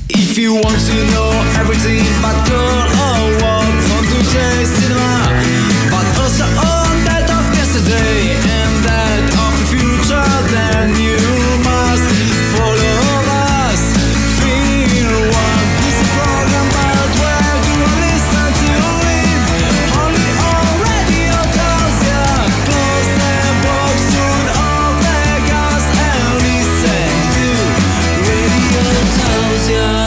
If you want to know everything about girl or what, from today's cinema, but also on that of yesterday and that of the future, then you must follow us. Feel one, this program, but where do you listen to it? Only on Radio Tausia. Close the box, turn off the gas and listen to Radio Tausia.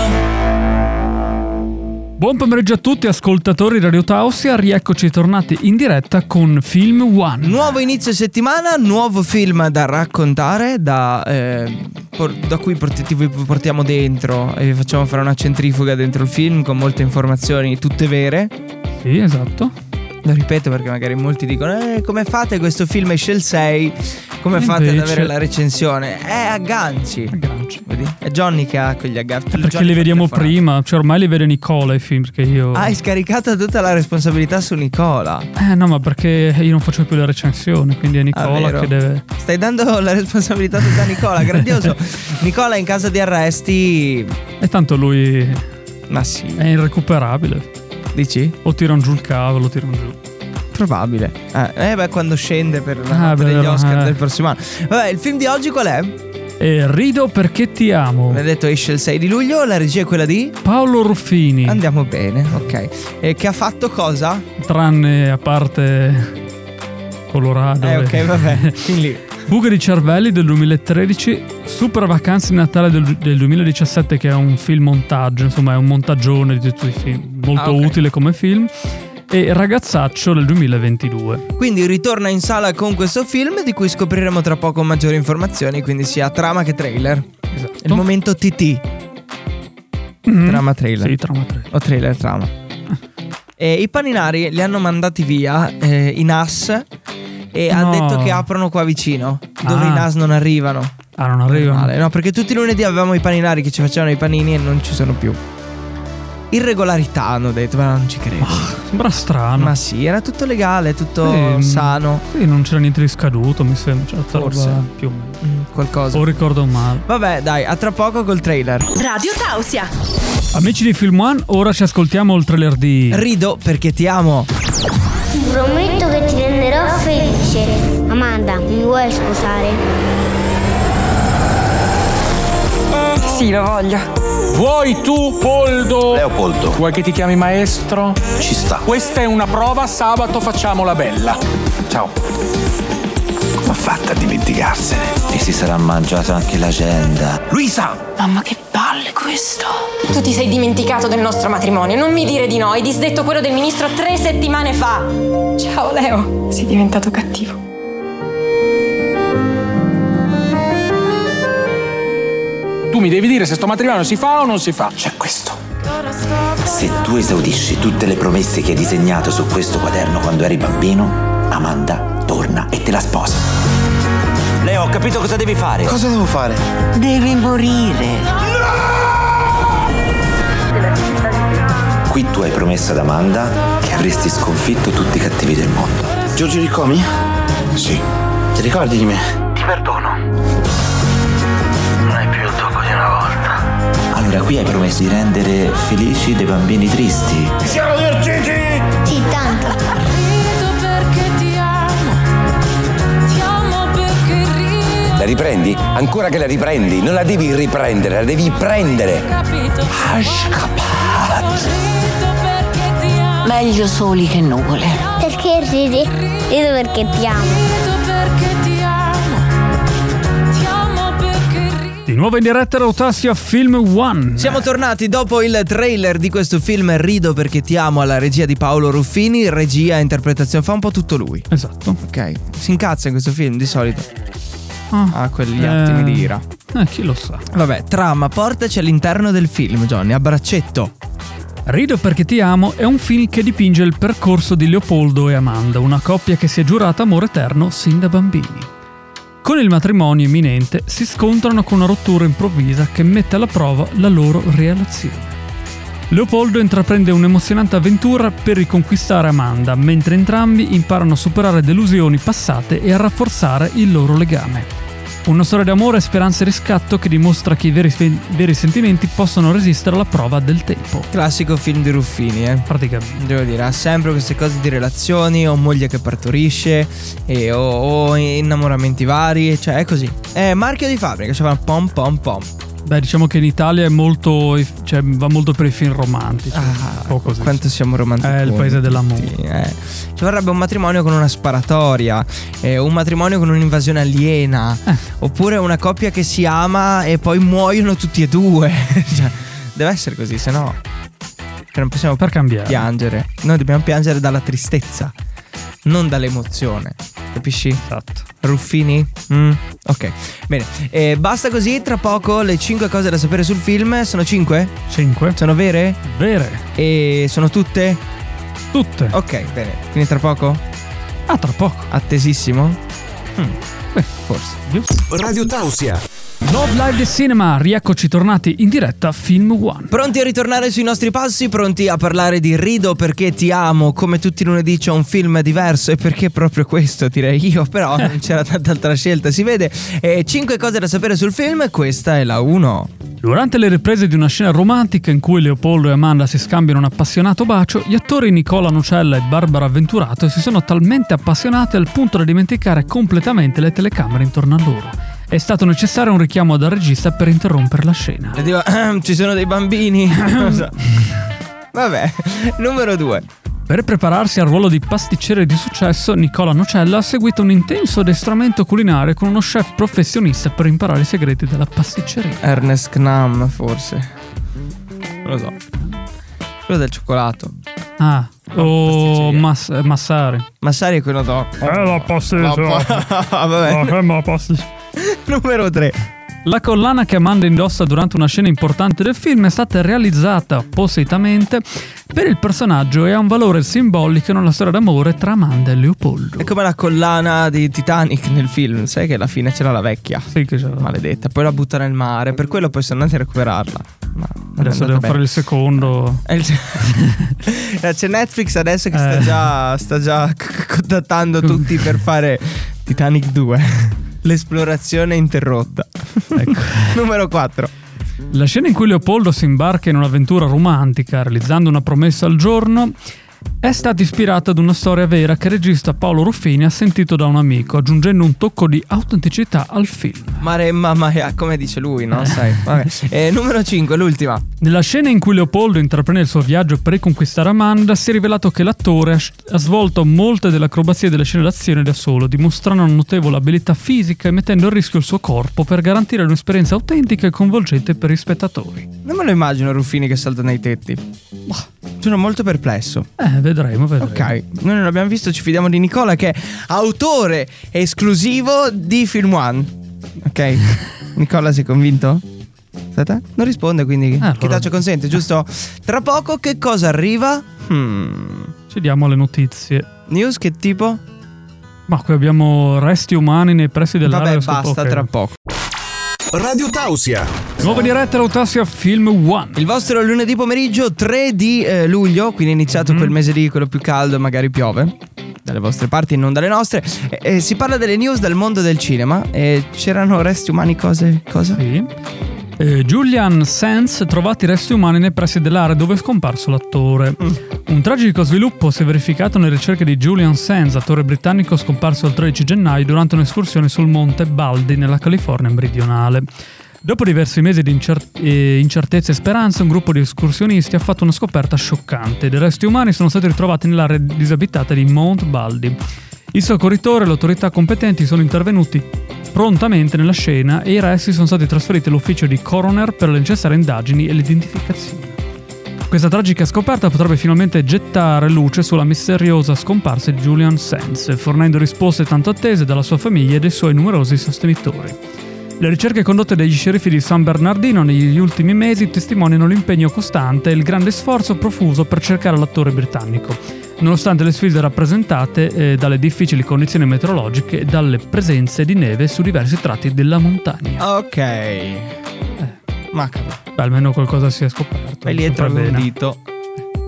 Buon pomeriggio a tutti ascoltatori di Radio Tausia, rieccoci tornati in diretta con Film One. Nuovo inizio settimana, nuovo film da raccontare, da cui vi portiamo dentro e vi facciamo fare una centrifuga dentro il film con molte informazioni, tutte vere. Sì, esatto. Lo ripeto perché magari molti dicono come fate, questo film esce il 6, come fate ad avere la recensione? Agganci. Vedi? È Johnny che ha quegli agganci. Perché Johnny li vediamo prima, cioè ormai li vede Nicola i film, perché io... Hai scaricato tutta la responsabilità su Nicola. No, ma perché io non faccio più le recensioni, quindi è Nicola che deve... Stai dando la responsabilità tutta a Nicola, grandioso. Nicola è in casa di arresti. E tanto lui... Ma sì. È irrecuperabile. Dici? O tirano giù il cavolo, tirano giù. Probabile. Quando scende per gli Oscar del prossimo anno. Vabbè, il film di oggi qual è? Rido perché ti amo. Mi ha detto esce il 6 di luglio, la regia è quella di? Paolo Ruffini. Andiamo bene, ok. E che ha fatto cosa? Tranne a parte Colorado. Ok, vabbè, fin lì. Fuga di cervelli del 2013, Super vacanze di Natale del 2017, che è un film montaggio, insomma è un montaggione di tutti i film, molto utile come film, e Ragazzaccio del 2022. Quindi ritorna in sala con questo film di cui scopriremo tra poco maggiori informazioni, quindi sia trama che trailer. Esatto. Il momento TT. Trama trailer. Sì, trama trailer. O trailer trama. E i paninari li hanno mandati via in AS. E ha detto che aprono qua vicino, dove i NAS non arrivano. Non arrivano? No, perché tutti i lunedì avevamo i paninari che ci facevano i panini e non ci sono più. Irregolarità hanno detto, ma non ci credo. Sembra strano. Ma sì, era tutto legale, tutto sano. Sì, non c'era niente di scaduto, mi sembra. Forse più o meno. Qualcosa. O ricordo male. Vabbè, dai, a tra poco col trailer. Radio Tausia. Amici di Film One, ora ci ascoltiamo il trailer di Rido perché ti amo. Ti prometto che ti renderò felice. Amanda, mi vuoi sposare? Sì, lo voglio. Vuoi tu, Poldo? Leopoldo. Vuoi che ti chiami maestro? Ci sta. Questa è una prova, sabato facciamola bella. Ciao. Come ha fatto a dimenticarsene? E si sarà mangiato anche l'agenda. Luisa! Mamma, che palle questo. Tu ti sei dimenticato del nostro matrimonio, non mi dire di no. Hai disdetto quello del ministro 3 settimane fa. Ciao Leo, sei diventato cattivo. Tu mi devi dire se sto matrimonio si fa o non si fa. C'è questo. Se tu esaudisci tutte le promesse che hai disegnato su questo quaderno quando eri bambino, Amanda torna e te la sposa. Leo, ho capito cosa devi fare. Cosa devo fare? Devi morire. Qui tu hai promesso ad Amanda che avresti sconfitto tutti i cattivi del mondo. Giorgio Ricomi? Sì. Ti ricordi di me? Ti perdono. Non hai più il tocco di una volta. Allora qui hai promesso di rendere felici dei bambini tristi. Siamo divertiti! Sì, tanto. Rido perché ti amo perché rido. La riprendi? Ancora che la riprendi? Non la devi riprendere, la devi prendere. Capito? Meglio soli che nuvole. Perché ridi? Rido perché ti amo. Rido perché ti amo perché rido. Di nuovo in diretta Radio Tausia Film One. Siamo tornati dopo il trailer di questo film Rido perché ti amo, alla regia di Paolo Ruffini. Regia e interpretazione, fa un po' tutto lui. Esatto. Ok, si incazza in questo film di solito. Quegli attimi di ira. Chi lo sa. Vabbè, trama, portaci all'interno del film, Johnny, a braccetto. Rido perché ti amo è un film che dipinge il percorso di Leopoldo e Amanda, una coppia che si è giurata amore eterno sin da bambini. Con il matrimonio imminente si scontrano con una rottura improvvisa che mette alla prova la loro relazione. Leopoldo intraprende un'emozionante avventura per riconquistare Amanda, mentre entrambi imparano a superare delusioni passate e a rafforzare il loro legame. Una storia d'amore, speranza e riscatto che dimostra che i veri sentimenti possono resistere alla prova del tempo. Classico film di Ruffini, praticamente. Devo dire, ha sempre queste cose di relazioni, o moglie che partorisce, o innamoramenti vari, cioè è così. È marchio di fabbrica, cioè fa pom pom pom. Beh, diciamo che in Italia è molto, cioè va molto per i film romantici. Un po' così. Quanto siamo romantici. È il paese dell'amore. Ci vorrebbe un matrimonio con una sparatoria, un matrimonio con un'invasione aliena, oppure una coppia che si ama e poi muoiono tutti e due. Cioè, deve essere così, se no non possiamo piangere. Noi dobbiamo piangere dalla tristezza, non dall'emozione. Capisci? Esatto. Ruffini? Ok, bene. Basta così, tra poco le 5 cose da sapere sul film. Sono 5? 5. Sono vere? Vere. E sono tutte? Tutte. Ok, bene. Quindi tra poco? Tra poco. Attesissimo? Forse. Giusto. Radio Tausia. Love Live The Cinema, rieccoci tornati in diretta Film One. Pronti a ritornare sui nostri passi, pronti a parlare di Rido perché ti amo, come tutti i lunedì c'è un film diverso e perché proprio questo direi io, però non c'era tanta altra scelta, si vede. 5 cose da sapere sul film, questa è la 1. Durante le riprese di una scena romantica in cui Leopoldo e Amanda si scambiano un appassionato bacio, gli attori Nicola Nocella e Barbara Venturato si sono talmente appassionati al punto da dimenticare completamente le telecamere intorno a loro. È stato necessario un richiamo dal regista per interrompere la scena. E dico, ci sono dei bambini. Vabbè, numero 2. Per prepararsi al ruolo di pasticcere di successo, Nicola Nocella ha seguito un intenso addestramento culinario con uno chef professionista per imparare i segreti della pasticceria. Ernest Knam, forse. Non lo so. Quello del cioccolato. Massari. Massari è quello dopo. La pasticceria. Vabbè. La pasticceria. Numero 3. La collana che Amanda indossa durante una scena importante del film è stata realizzata appositamente per il personaggio e ha un valore simbolico nella storia d'amore tra Amanda e Leopoldo. È come la collana di Titanic nel film, sai che alla fine c'era la vecchia. Sì, che c'era. Maledetta, poi la butta nel mare, per quello poi sono andati a recuperarla. Ma adesso devo fare il secondo. C'è Netflix adesso che sta già contattando tutti per fare Titanic 2. L'esplorazione interrotta. Ecco. Numero 4. La scena in cui Leopoldo si imbarca in un'avventura romantica realizzando una promessa al giorno è stata ispirata ad una storia vera che il regista Paolo Ruffini ha sentito da un amico, aggiungendo un tocco di autenticità al film. Maremma, come dice lui, no? Sai. Vabbè. Numero 5, l'ultima. Nella scena in cui Leopoldo intraprende il suo viaggio per riconquistare Amanda, si è rivelato che l'attore ha svolto molte delle acrobazie delle scene d'azione da solo, dimostrando una notevole abilità fisica e mettendo a rischio il suo corpo per garantire un'esperienza autentica e coinvolgente per gli spettatori. Non me lo immagino Ruffini che salta nei tetti. Sono molto perplesso. Vedremo. Ok, noi non l'abbiamo visto, ci fidiamo di Nicola che è autore esclusivo di Film One. Ok, Nicola, sei convinto? Aspetta, non risponde, quindi che taccia consente, giusto? Tra poco che cosa arriva? Ci diamo le notizie. News che tipo? Ma qui abbiamo resti umani nei pressi dell'area. Vabbè, basta, tra poco. Radio Tausia. Nuova diretta Radio Tausia Film One. Il vostro lunedì pomeriggio 3 di luglio, quindi è iniziato quel mese lì, quello più caldo, magari piove dalle vostre parti e non dalle nostre. Si parla delle news dal mondo del cinema. C'erano resti umani, cosa? Sì. Julian Sands trovati resti umani nei pressi dell'area dove è scomparso l'attore. Un tragico sviluppo si è verificato nelle ricerche di Julian Sands, attore britannico scomparso il 13 gennaio durante un'escursione sul monte Baldy nella California meridionale. Dopo diversi mesi di incertezze e speranze, un gruppo di escursionisti ha fatto una scoperta scioccante. Dei resti umani sono stati ritrovati nell'area disabitata di Mount Baldy. Il soccorritore e le autorità competenti sono intervenuti prontamente nella scena e i resti sono stati trasferiti all'ufficio di coroner per le necessarie indagini e l'identificazione. Questa tragica scoperta potrebbe finalmente gettare luce sulla misteriosa scomparsa di Julian Sands, fornendo risposte tanto attese dalla sua famiglia e dai suoi numerosi sostenitori. Le ricerche condotte dagli sceriffi di San Bernardino negli ultimi mesi testimoniano l'impegno costante e il grande sforzo profuso per cercare l'attore britannico, nonostante le sfide rappresentate dalle difficili condizioni meteorologiche e dalle presenze di neve su diversi tratti della montagna. Ok. Macabro. Beh, almeno qualcosa si è scoperto. E lì è un dito.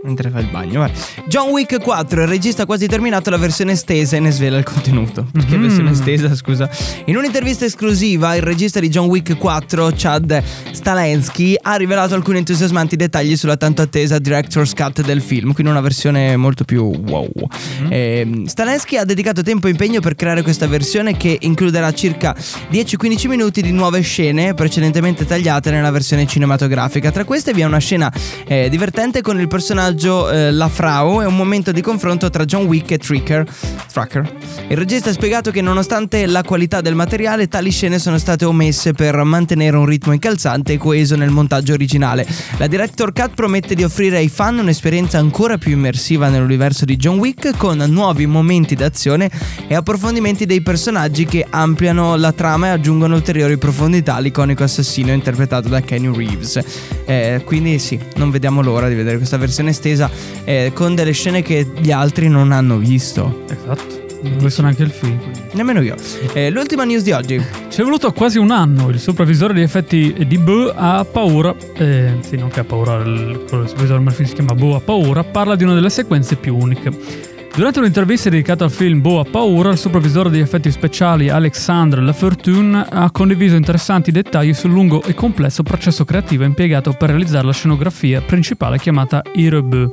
mentre fa il bagno. Vai. John Wick 4, il regista ha quasi terminato la versione estesa e ne svela il contenuto. Che versione estesa, scusa? In un'intervista esclusiva, il regista di John Wick 4, Chad Stahelski, ha rivelato alcuni entusiasmanti dettagli sulla tanto attesa Director's Cut del film, quindi una versione molto più wow. Stahelski ha dedicato tempo e impegno per creare questa versione, che includerà circa 10-15 minuti di nuove scene precedentemente tagliate nella versione cinematografica. Tra queste vi è una scena divertente con il personaggio La Frau e un momento di confronto tra John Wick e Tracker. Il regista ha spiegato che nonostante la qualità del materiale, tali scene sono state omesse per mantenere un ritmo incalzante e coeso nel montaggio originale. La Director Cut promette di offrire ai fan un'esperienza ancora più immersiva nell'universo di John Wick, con nuovi momenti d'azione e approfondimenti dei personaggi che ampliano la trama e aggiungono ulteriori profondità all'iconico assassino interpretato da Keanu Reeves. Quindi sì, non vediamo l'ora di vedere questa versione estesa con delle scene che gli altri non hanno visto. Esatto. Non ho visto neanche il film. Nemmeno io. L'ultima news di oggi. Ci è voluto quasi un anno. Il supervisore di effetti di Bo ha paura. Sì, non che ha paura. Il supervisore del film si chiama Bo ha paura. Parla di una delle sequenze più uniche. Durante un'intervista dedicata al film Bo ha paura, il supervisore di effetti speciali Alexandre Lafortune ha condiviso interessanti dettagli sul lungo e complesso processo creativo impiegato per realizzare la scenografia principale chiamata Irebeu.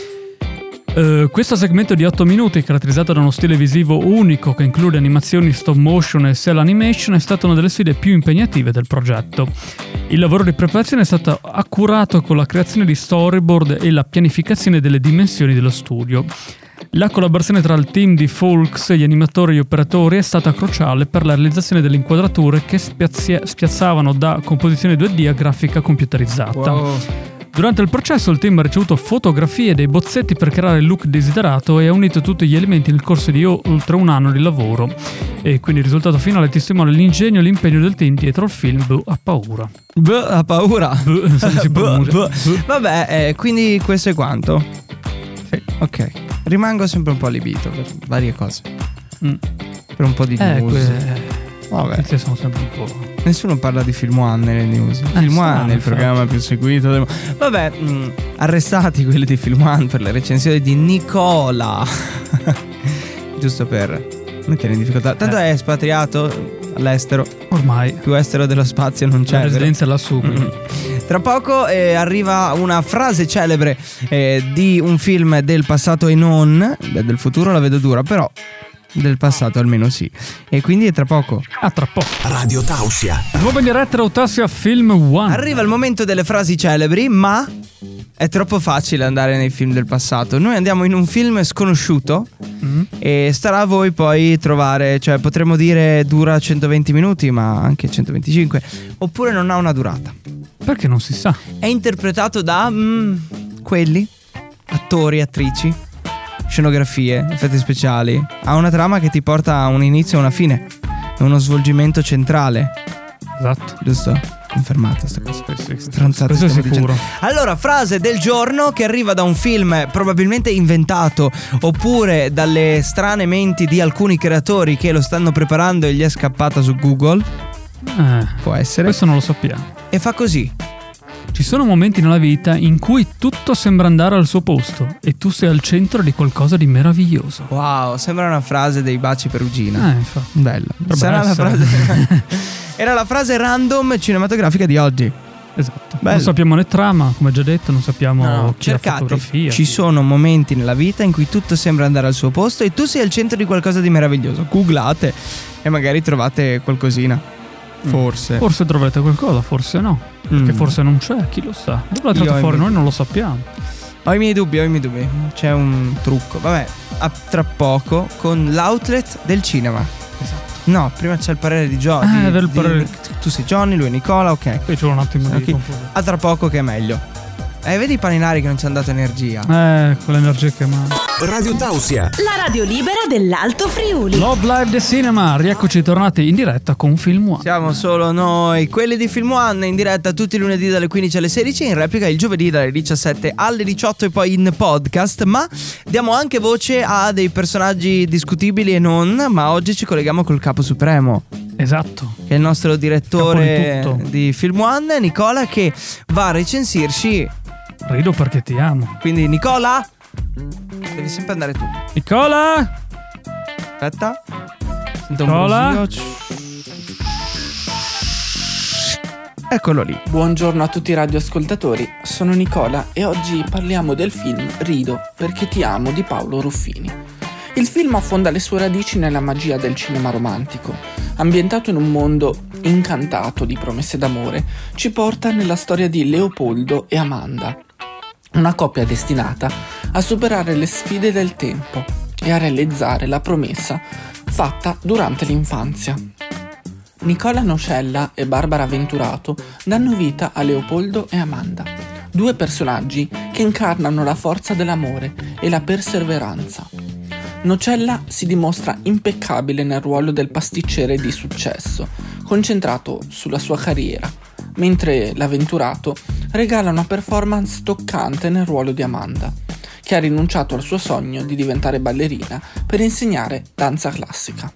Questo segmento di 8 minuti, caratterizzato da uno stile visivo unico che include animazioni stop motion e cell animation, è stata una delle sfide più impegnative del progetto. Il lavoro di preparazione è stato accurato con la creazione di storyboard e la pianificazione delle dimensioni dello studio. La collaborazione tra il team di Folks, gli animatori e gli operatori è stata cruciale per la realizzazione delle inquadrature che spiazzavano da composizione 2D a grafica computerizzata. Wow. Durante il processo il team ha ricevuto fotografie e dei bozzetti per creare il look desiderato e ha unito tutti gli elementi nel corso di oltre un anno di lavoro. E quindi il risultato finale testimonia l'ingegno e l'impegno del team dietro il film Bo ha paura. Bo ha paura? Si pronuncia. Vabbè, quindi questo è quanto? Sì. Ok. Rimango sempre un po' allibito per varie cose. Per un po' di news. Vabbè. Sono sempre un po'. Nessuno parla di Film One nelle news. Film One è il programma più seguito. Vabbè, arrestati quelli di Film One per le recensioni di Nicola. Giusto per mettere in difficoltà. Tanto è espatriato all'estero. Ormai. Più estero dello spazio non c'è. La residenza è lassù. Tra poco arriva una frase celebre di un film del passato e non. Del futuro la vedo dura, però del passato almeno sì. E quindi è tra poco. Tra poco. Radio Tausia. Nuova in diretta Tausia Film One. Arriva il momento delle frasi celebri, ma è troppo facile andare nei film del passato. Noi andiamo in un film sconosciuto e starà a voi poi trovare, cioè potremmo dire dura 120 minuti, ma anche 125, oppure non ha una durata. Perché non si sa. È interpretato da quelli, attori, attrici, scenografie, effetti speciali. Ha una trama che ti porta a un inizio e una fine, uno svolgimento centrale. Esatto. Giusto? Confermata sta cosa. Stronzate, questo è sicuro. Dicendo. Allora, frase del giorno che arriva da un film probabilmente inventato, oppure dalle strane menti di alcuni creatori che lo stanno preparando e gli è scappata su Google. Può essere. Questo non lo sappiamo. E fa così. Ci sono momenti nella vita in cui tutto sembra andare al suo posto e tu sei al centro di qualcosa di meraviglioso. Wow, sembra una frase dei Baci Perugina. Infatti. Bello. Sarà la frase. Era la frase random cinematografica di oggi. Esatto. Bello. Non sappiamo né trama, come già detto, non sappiamo chi ha fotografia. Ci sono momenti nella vita in cui tutto sembra andare al suo posto e tu sei al centro di qualcosa di meraviglioso. Googlate e magari trovate qualcosina. Forse troverete qualcosa, forse no. Perché forse non c'è, chi lo sa. Dove l'ha tirato fuori? Noi non lo sappiamo. Ho i miei dubbi. C'è un trucco. Vabbè, tra poco con l'outlet del cinema. Esatto. No, prima c'è il parere di Johnny. Tu sei Johnny, lui è Nicola, ok. Poi c'è un attimo di confusione. A tra poco che è meglio. Vedi i paninari che non ci hanno dato energia. Con l'energia che manca. Radio Tausia. La radio libera dell'Alto Friuli. Love Live The Cinema. Rieccoci tornati in diretta con Film One. Siamo solo noi, quelli di Film One, in diretta tutti i lunedì dalle 15 alle 16, in replica il giovedì dalle 17 alle 18 e poi in podcast. Ma diamo anche voce a dei personaggi discutibili e non. Ma oggi ci colleghiamo col capo supremo. Esatto. Che è il nostro direttore di Film One, Nicola, che va a recensirci Rido perché ti amo. Quindi Nicola, devi sempre andare tu. Nicola! Aspetta. Sento Nicola? un brusio. Eccolo lì. Buongiorno a tutti i radioascoltatori, sono Nicola e oggi parliamo del film Rido perché ti amo di Paolo Ruffini. Il film affonda le sue radici nella magia del cinema romantico. Ambientato in un mondo incantato di promesse d'amore, ci porta nella storia di Leopoldo e Amanda, una coppia destinata a superare le sfide del tempo e a realizzare la promessa fatta durante l'infanzia. Nicola Nocella e Barbara Venturato danno vita a Leopoldo e Amanda, due personaggi che incarnano la forza dell'amore e la perseveranza. Nocella si dimostra impeccabile nel ruolo del pasticcere di successo, concentrato sulla sua carriera, mentre l'Avventurato regala una performance toccante nel ruolo di Amanda, che ha rinunciato al suo sogno di diventare ballerina per insegnare danza classica.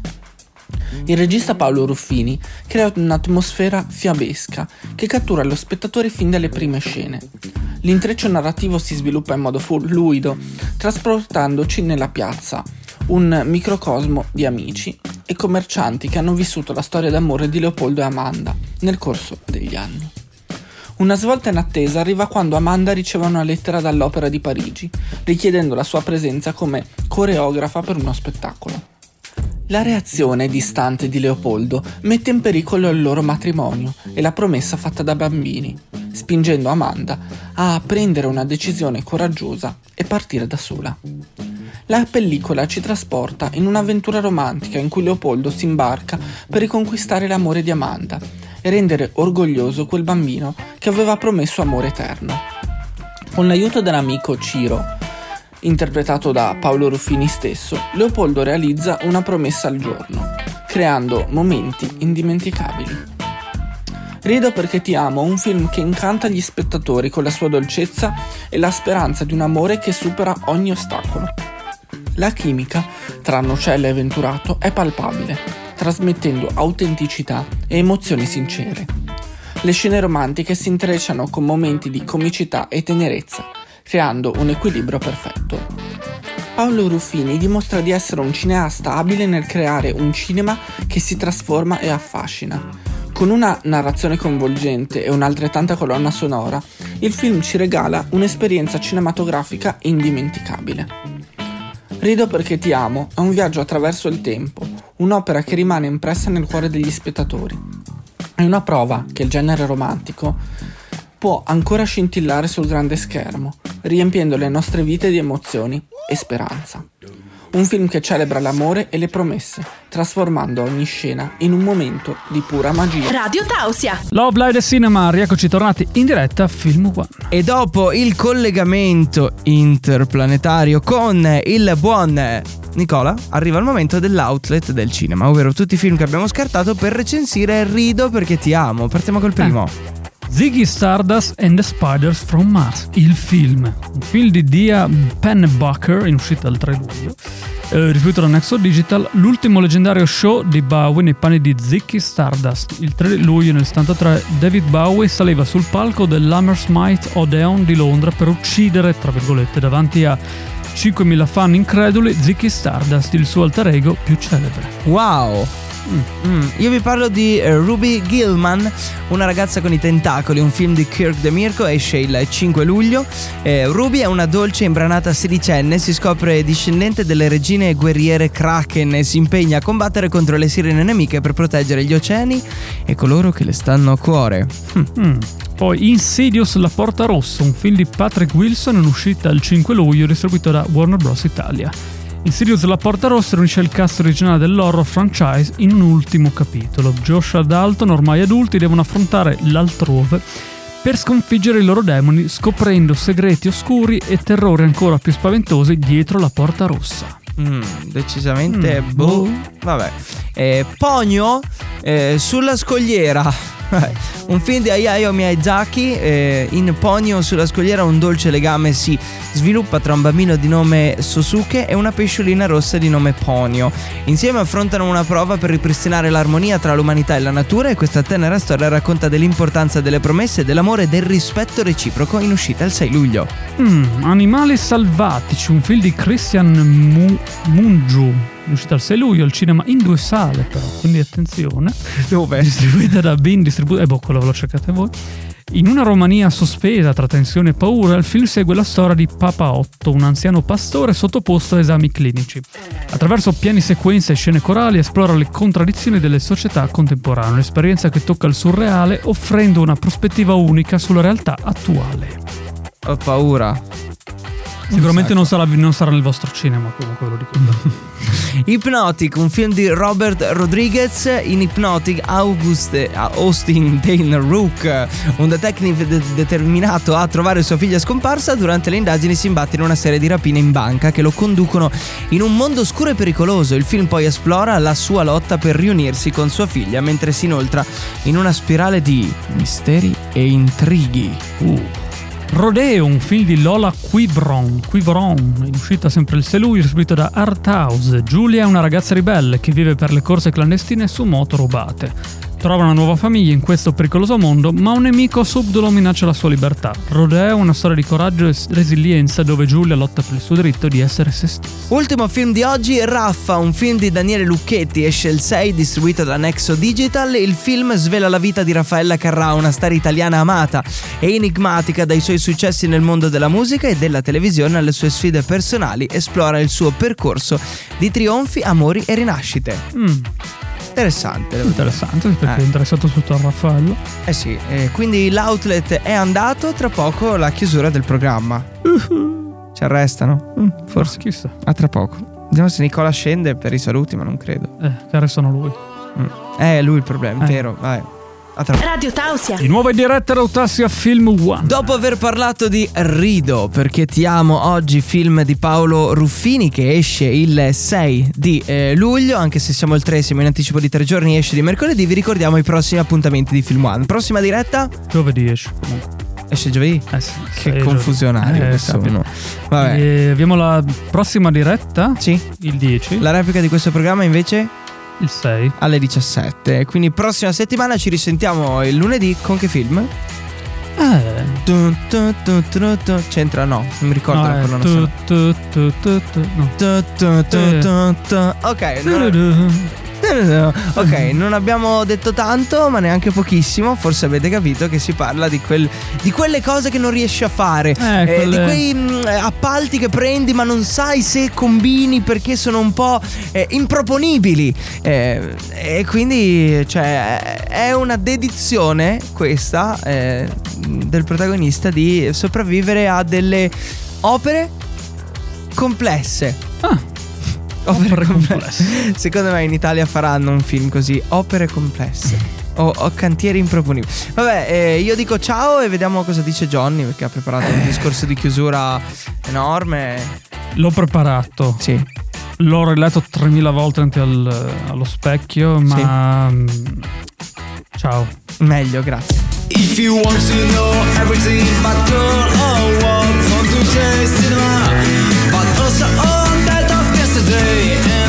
Il regista Paolo Ruffini crea un'atmosfera fiabesca che cattura lo spettatore fin dalle prime scene. L'intreccio narrativo si sviluppa in modo fluido, trasportandoci nella piazza, un microcosmo di amici e commercianti che hanno vissuto la storia d'amore di Leopoldo e Amanda nel corso degli anni. Una svolta inattesa arriva quando Amanda riceve una lettera dall'Opera di Parigi, richiedendo la sua presenza come coreografa per uno spettacolo. La reazione distante di Leopoldo mette in pericolo il loro matrimonio e la promessa fatta da bambini, spingendo Amanda a prendere una decisione coraggiosa e partire da sola. La pellicola ci trasporta in un'avventura romantica in cui Leopoldo si imbarca per riconquistare l'amore di Amanda e rendere orgoglioso quel bambino che aveva promesso amore eterno. Con l'aiuto dell'amico Ciro, interpretato da Paolo Ruffini stesso, Leopoldo realizza una promessa al giorno, creando momenti indimenticabili. Rido perché ti amo, un film che incanta gli spettatori con la sua dolcezza e la speranza di un amore che supera ogni ostacolo. La chimica tra Nocella e Venturato è palpabile, trasmettendo autenticità e emozioni sincere. Le scene romantiche si intrecciano con momenti di comicità e tenerezza, creando un equilibrio perfetto. Paolo Ruffini dimostra di essere un cineasta abile nel creare un cinema che si trasforma e affascina. Con una narrazione coinvolgente e un'altrettanta colonna sonora, il film ci regala un'esperienza cinematografica indimenticabile. Rido perché ti amo è un viaggio attraverso il tempo, un'opera che rimane impressa nel cuore degli spettatori. È una prova che il genere romantico può ancora scintillare sul grande schermo, riempiendo le nostre vite di emozioni e speranza. Un film che celebra l'amore e le promesse, trasformando ogni scena in un momento di pura magia. Radio Tausia. Love Live Cinema, rieccoci tornati in diretta a Film One. E dopo il collegamento interplanetario con il buon Nicola, arriva il momento dell'outlet del cinema, ovvero tutti i film che abbiamo scartato per recensire Rido perché ti amo. Partiamo col primo. Ziggy Stardust and the Spiders from Mars, il film. Un film di Dia Pennebaker, in uscita il 3 luglio, distribuito da Nexo Digital, l'ultimo leggendario show di Bowie nei panni di Ziggy Stardust. Il 3 luglio nel 73 David Bowie saliva sul palco dell'Hammersmith Odeon di Londra per uccidere, tra virgolette, davanti a 5.000 fan increduli, Ziggy Stardust, il suo alter ego più celebre. Wow! Io vi parlo di Ruby Gillman, una ragazza con i tentacoli, un film di Kirk DeMirco, esce il 5 luglio. Ruby è una dolce e imbranata sedicenne, si scopre discendente delle regine guerriere Kraken e si impegna a combattere contro le sirene nemiche per proteggere gli oceani e coloro che le stanno a cuore. Poi Insidious La Porta Rossa, un film di Patrick Wilson in uscita il 5 luglio, distribuito da Warner Bros. Italia. Insidious La Porta Rossa riunisce il cast originale dell'horror franchise in un ultimo capitolo. Josh e Dalton, ormai adulti, devono affrontare l'altrove per sconfiggere i loro demoni, scoprendo segreti oscuri e terrori ancora più spaventosi dietro la Porta Rossa. Decisamente vabbè. Pogno sulla scogliera. Un film di Hayao Miyazaki. In Ponyo, sulla scogliera, un dolce legame si sviluppa tra un bambino di nome Sosuke e una pesciolina rossa di nome Ponyo. Insieme affrontano una prova per ripristinare l'armonia tra l'umanità e la natura, e questa tenera storia racconta dell'importanza delle promesse, dell'amore e del rispetto reciproco, in uscita il 6 luglio. Animali selvatici, un film di Christian Mungiu, in uscita il 6 luglio al cinema in 2 sale, però, quindi attenzione. Dove? Distribuita da Bean quello ve lo cercate voi. In una Romania sospesa tra tensione e paura, il film segue la storia di Papa Otto, un anziano pastore sottoposto a esami clinici. Attraverso piani sequenze e scene corali esplora le contraddizioni delle società contemporanee, un'esperienza che tocca il surreale, offrendo una prospettiva unica sulla realtà attuale. Ho paura. Sicuramente non sarà nel vostro cinema, comunque ve lo dico. Hypnotic, un film di Robert Rodriguez. In Hypnotic, Austin Dane Rook, un detective determinato a trovare sua figlia scomparsa, durante le indagini si imbatte in una serie di rapine in banca che lo conducono in un mondo oscuro e pericoloso. Il film poi esplora la sua lotta per riunirsi con sua figlia, mentre si inoltra in una spirale di misteri e intrighi. Rodeo, un film di Lola Quivron, in uscita sempre il 6 luglio, distribuito da Art House. Giulia è una ragazza ribelle che vive per le corse clandestine su moto rubate. Trova una nuova famiglia in questo pericoloso mondo, ma un nemico subdolo minaccia la sua libertà. Rodeo è una storia di coraggio e resilienza, dove Giulia lotta per il suo diritto di essere se stessa. Ultimo film di oggi, Raffa, un film di Daniele Lucchetti, esce il 6, distribuito da Nexo Digital. Il film svela la vita di Raffaella Carrà, una star italiana amata e enigmatica, dai suoi successi nel mondo della musica e della televisione alle sue sfide personali. Esplora il suo percorso di trionfi, amori e rinascite. Interessante perché è interessato tutto a Raffaello. Sì, quindi l'outlet è andato, tra poco la chiusura del programma. Ci arrestano? Forse. Chissà. A tra poco. Vediamo se Nicola scende per i saluti, ma non credo. Che arrestano lui. È lui il problema, vero? Vai. Radio Tausia. Di nuovo in diretta Tausia Film One. Dopo aver parlato di Rido perché ti amo, oggi film di Paolo Ruffini che esce il 6 di luglio, anche se siamo il 3, siamo in anticipo di 3 giorni, esce di mercoledì. Vi ricordiamo i prossimi appuntamenti di Film One. Prossima diretta? Giovedì esce comunque. Esce giovedì? Sì. Che confusionario che sono. Vabbè. Abbiamo la prossima diretta? Sì. Il 10. La replica di questo programma invece? Il 6 alle 17. Quindi prossima settimana ci risentiamo il lunedì. Con che film? C'entra? No, non mi ricordo la colonna sonora. Ok, ok, non abbiamo detto tanto, ma neanche pochissimo. Forse avete capito che si parla di quelle cose che non riesci a fare, di quei appalti che prendi ma non sai se combini perché sono un po' improponibili, e quindi è una dedizione questa del protagonista di sopravvivere a delle opere complesse. Opere complesse. Secondo me in Italia faranno un film così, opere complesse o cantieri improponibili. Vabbè, io dico ciao e vediamo cosa dice Johnny, perché ha preparato un discorso di chiusura enorme. L'ho preparato. Sì. L'ho riletto 3000 volte allo specchio, ma ciao. Meglio, grazie. If you want to know everything about girl or what, come to the cinema, but also on that of yesterday.